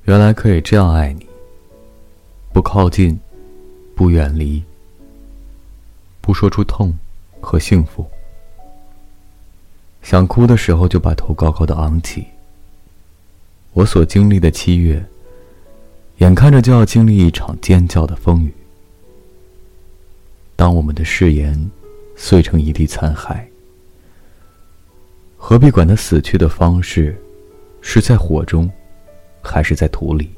原来可以这样爱你，不靠近，不远离，不说出痛和幸福。想哭的时候就把头高高的昂起。我所经历的7月，眼看着就要经历一场尖叫的风雨。当我们的誓言碎成一地残骸，何必管它死去的方式是在火中还是在土里？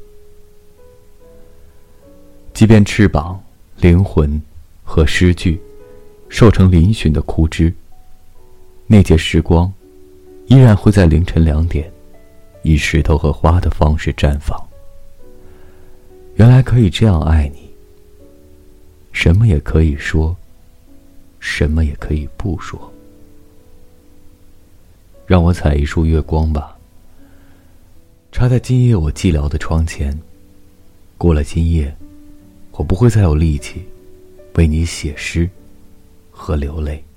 即便翅膀、灵魂和诗句瘦成嶙峋的枯枝，那节时光依然会在凌晨2点以石头和花的方式绽放。原来可以这样爱你，什么也可以说，什么也可以不说。让我采一束月光吧，插在今夜我寂寥的窗前。过了今夜，我不会再有力气为你写诗和流泪。